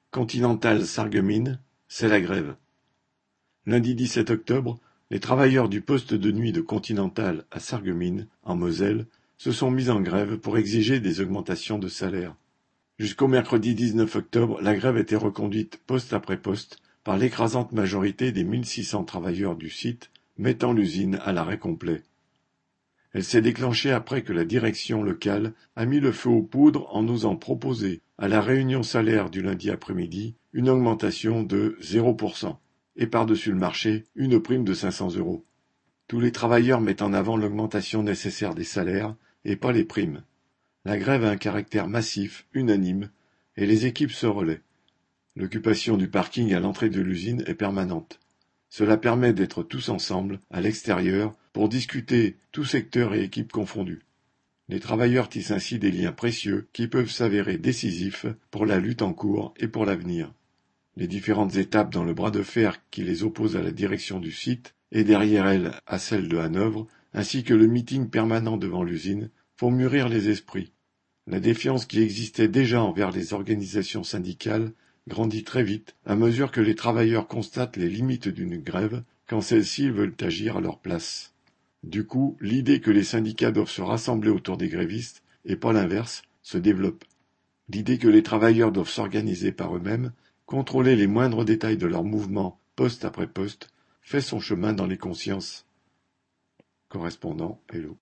Continental Sarreguemines, c'est la grève. Lundi 17 octobre, les travailleurs du poste de nuit de Continental à Sarreguemines, en Moselle, se sont mis en grève pour exiger des augmentations de salaire. Jusqu'au mercredi 19 octobre, la grève était reconduite poste après poste par l'écrasante majorité des 1600 travailleurs du site, mettant l'usine à l'arrêt complet. Elle s'est déclenchée après que la direction locale a mis le feu aux poudres en osant proposer, à la réunion salaire du lundi après-midi, une augmentation de 0%, et par-dessus le marché, une prime de 500 €. Tous les travailleurs mettent en avant l'augmentation nécessaire des salaires, et pas les primes. La grève a un caractère massif, unanime, et les équipes se relaient. L'occupation du parking à l'entrée de l'usine est permanente. Cela permet d'être tous ensemble, à l'extérieur, pour discuter, tous secteurs et équipes confondus. Les travailleurs tissent ainsi des liens précieux qui peuvent s'avérer décisifs pour la lutte en cours et pour l'avenir. Les différentes étapes dans le bras de fer qui les oppose à la direction du site et derrière elle à celle de Hanovre, ainsi que le meeting permanent devant l'usine, font mûrir les esprits. La défiance qui existait déjà envers les organisations syndicales grandit très vite à mesure que les travailleurs constatent les limites d'une grève quand celles-ci veulent agir à leur place. Du coup, l'idée que les syndicats doivent se rassembler autour des grévistes, et pas l'inverse, se développe. L'idée que les travailleurs doivent s'organiser par eux-mêmes, contrôler les moindres détails de leurs mouvements poste après poste, fait son chemin dans les consciences. Correspondant Hello.